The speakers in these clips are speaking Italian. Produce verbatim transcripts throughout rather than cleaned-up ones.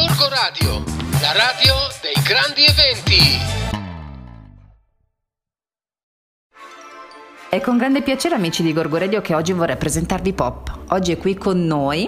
Gorgo Radio, la radio dei grandi eventi. È con grande piacere, amici di Gorgo Radio, che oggi vorrei presentarvi Pop. Oggi è qui con noi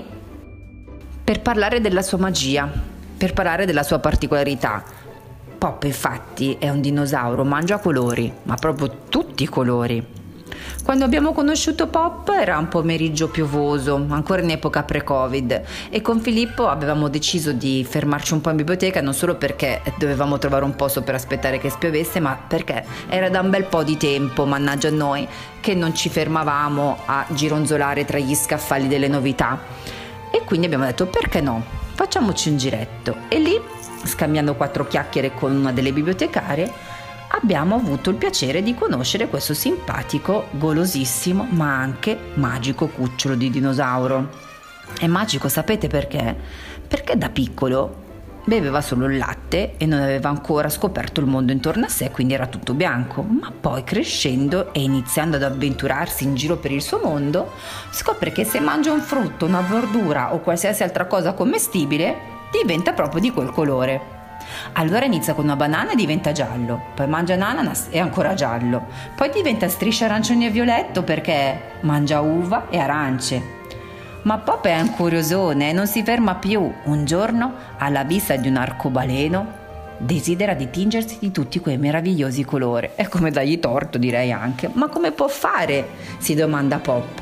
per parlare della sua magia, per parlare della sua particolarità. Pop, infatti, è un dinosauro, mangia colori, ma proprio tutti i colori. Quando abbiamo conosciuto Pop era un pomeriggio piovoso, ancora in epoca pre-Covid, e con Filippo avevamo deciso di fermarci un po' in biblioteca, non solo perché dovevamo trovare un posto per aspettare che spiovesse, ma perché era da un bel po' di tempo, mannaggia a noi, che non ci fermavamo a gironzolare tra gli scaffali delle novità. E quindi abbiamo detto: perché no? Facciamoci un giretto. E lì, scambiando quattro chiacchiere con una delle bibliotecarie, abbiamo avuto il piacere di conoscere questo simpatico, golosissimo, ma anche magico cucciolo di dinosauro. È magico, sapete perché? Perché da piccolo beveva solo il latte e non aveva ancora scoperto il mondo intorno a sé, quindi era tutto bianco. Ma poi, crescendo e iniziando ad avventurarsi in giro per il suo mondo, scopre che se mangia un frutto, una verdura o qualsiasi altra cosa commestibile, diventa proprio di quel colore. Allora inizia con una banana e diventa giallo, poi mangia un ananas e ancora giallo, poi diventa striscia arancione e violetto perché mangia uva e arance. Ma Pop è un curiosone e non si ferma più. Un giorno, alla vista di un arcobaleno, desidera di tingersi di tutti quei meravigliosi colori. È come dargli torto, direi anche. Ma come può fare? Si domanda Pop.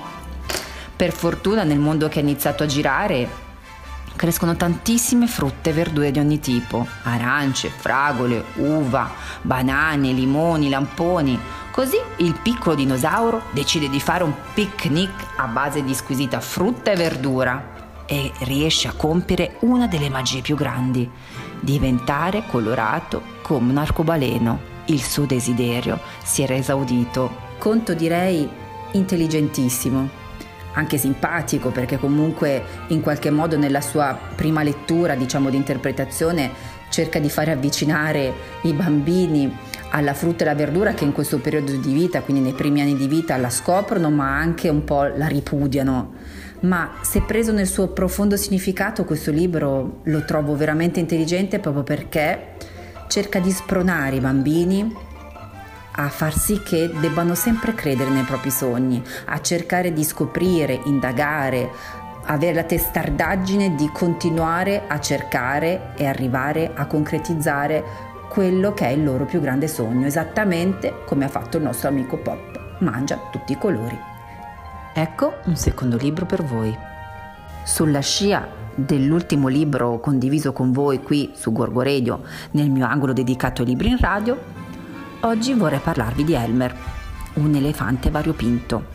Per fortuna, nel mondo che ha iniziato a girare, crescono tantissime frutte e verdure di ogni tipo: arance, fragole, uva, banane, limoni, lamponi. Così il piccolo dinosauro decide di fare un picnic a base di squisita frutta e verdura e riesce a compiere una delle magie più grandi: diventare colorato come un arcobaleno. Il suo desiderio si era esaudito. Conto, direi, intelligentissimo. Anche simpatico, perché comunque in qualche modo nella sua prima lettura, diciamo, di interpretazione, cerca di fare avvicinare i bambini alla frutta e alla verdura che in questo periodo di vita, quindi nei primi anni di vita, la scoprono ma anche un po' la ripudiano. Ma se preso nel suo profondo significato, questo libro lo trovo veramente intelligente, proprio perché cerca di spronare i bambini a far sì che debbano sempre credere nei propri sogni, a cercare di scoprire, indagare, avere la testardaggine di continuare a cercare e arrivare a concretizzare quello che è il loro più grande sogno, esattamente come ha fatto il nostro amico Pop: mangia tutti i colori. Ecco un secondo libro per voi. Sulla scia dell'ultimo libro condiviso con voi qui su Gorgo Radio, nel mio angolo dedicato ai libri in radio, oggi vorrei parlarvi di Elmer, un elefante variopinto.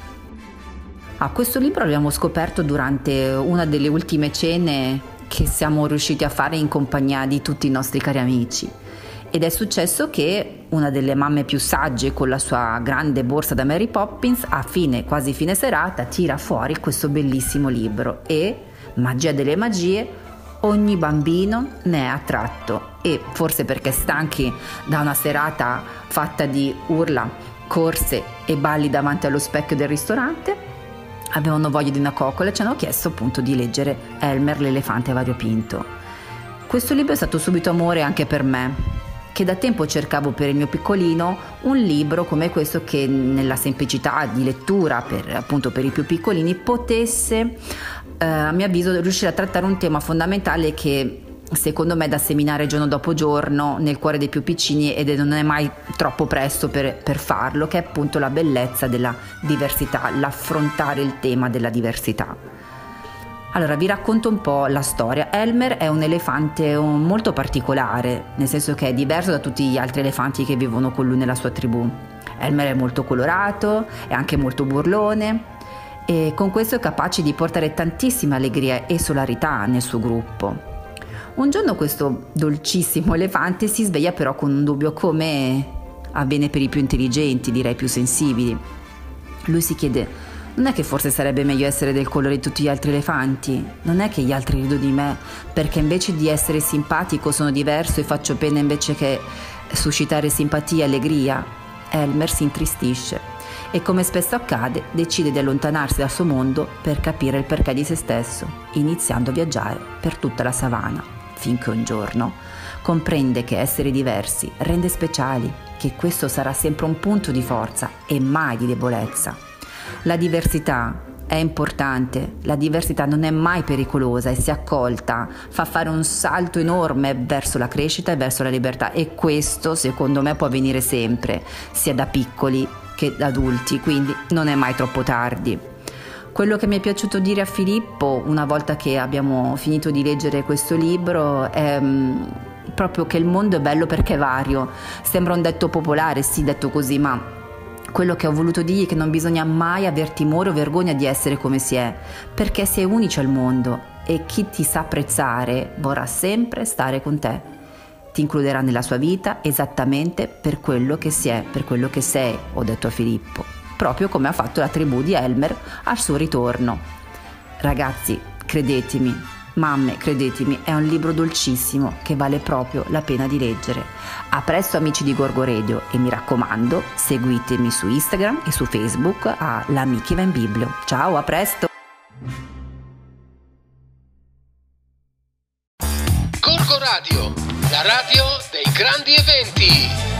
Ah, questo libro l'abbiamo scoperto durante una delle ultime cene che siamo riusciti a fare in compagnia di tutti i nostri cari amici. Ed è successo che una delle mamme più sagge, con la sua grande borsa da Mary Poppins, a fine, quasi fine serata, tira fuori questo bellissimo libro e, magia delle magie, ogni bambino ne è attratto. E forse perché stanchi da una serata fatta di urla, corse e balli davanti allo specchio del ristorante, avevano voglia di una coccola e ci hanno chiesto appunto di leggere Elmer l'elefante variopinto. Questo libro è stato subito amore anche per me, che da tempo cercavo per il mio piccolino un libro come questo che nella semplicità di lettura, per appunto per i più piccolini, potesse eh, a mio avviso riuscire a trattare un tema fondamentale che secondo me da seminare giorno dopo giorno nel cuore dei più piccini, ed non è mai troppo presto per, per farlo, che è appunto la bellezza della diversità, l'affrontare il tema della diversità. Allora vi racconto un po' la storia. Elmer è un elefante molto particolare, nel senso che è diverso da tutti gli altri elefanti che vivono con lui nella sua tribù. Elmer è molto colorato, è anche molto burlone e con questo è capace di portare tantissima allegria e solarità nel suo gruppo. Un giorno questo dolcissimo elefante si sveglia però con un dubbio, come avviene per i più intelligenti, direi più sensibili. Lui si chiede: non è che forse sarebbe meglio essere del colore di tutti gli altri elefanti? Non è che gli altri ridono di me perché invece di essere simpatico sono diverso e faccio pena invece che suscitare simpatia e allegria? Elmer si intristisce e, come spesso accade, decide di allontanarsi dal suo mondo per capire il perché di se stesso, iniziando a viaggiare per tutta la savana. finché un giorno comprende che essere diversi rende speciali, che questo sarà sempre un punto di forza e mai di debolezza. La diversità è importante, la diversità non è mai pericolosa e se accolta fa fare un salto enorme verso la crescita e verso la libertà, e questo secondo me può avvenire sempre, sia da piccoli che da adulti, quindi non è mai troppo tardi. Quello che mi è piaciuto dire a Filippo una volta che abbiamo finito di leggere questo libro è mh, proprio che il mondo è bello perché è vario. Sembra un detto popolare, sì, detto così, ma quello che ho voluto dirgli è che non bisogna mai aver timore o vergogna di essere come si è, perché si è unici al mondo e chi ti sa apprezzare vorrà sempre stare con te. Ti includerà nella sua vita esattamente per quello che si è, per quello che sei, ho detto a Filippo, proprio come ha fatto la tribù di Elmer al suo ritorno. Ragazzi, credetemi, mamme, credetemi, è un libro dolcissimo che vale proprio la pena di leggere. A presto amici di Gorgo Radio e mi raccomando, seguitemi su Instagram e su Facebook a L'Amichi va in Biblio. Ciao, a presto! Gorgo Radio, la radio dei grandi eventi.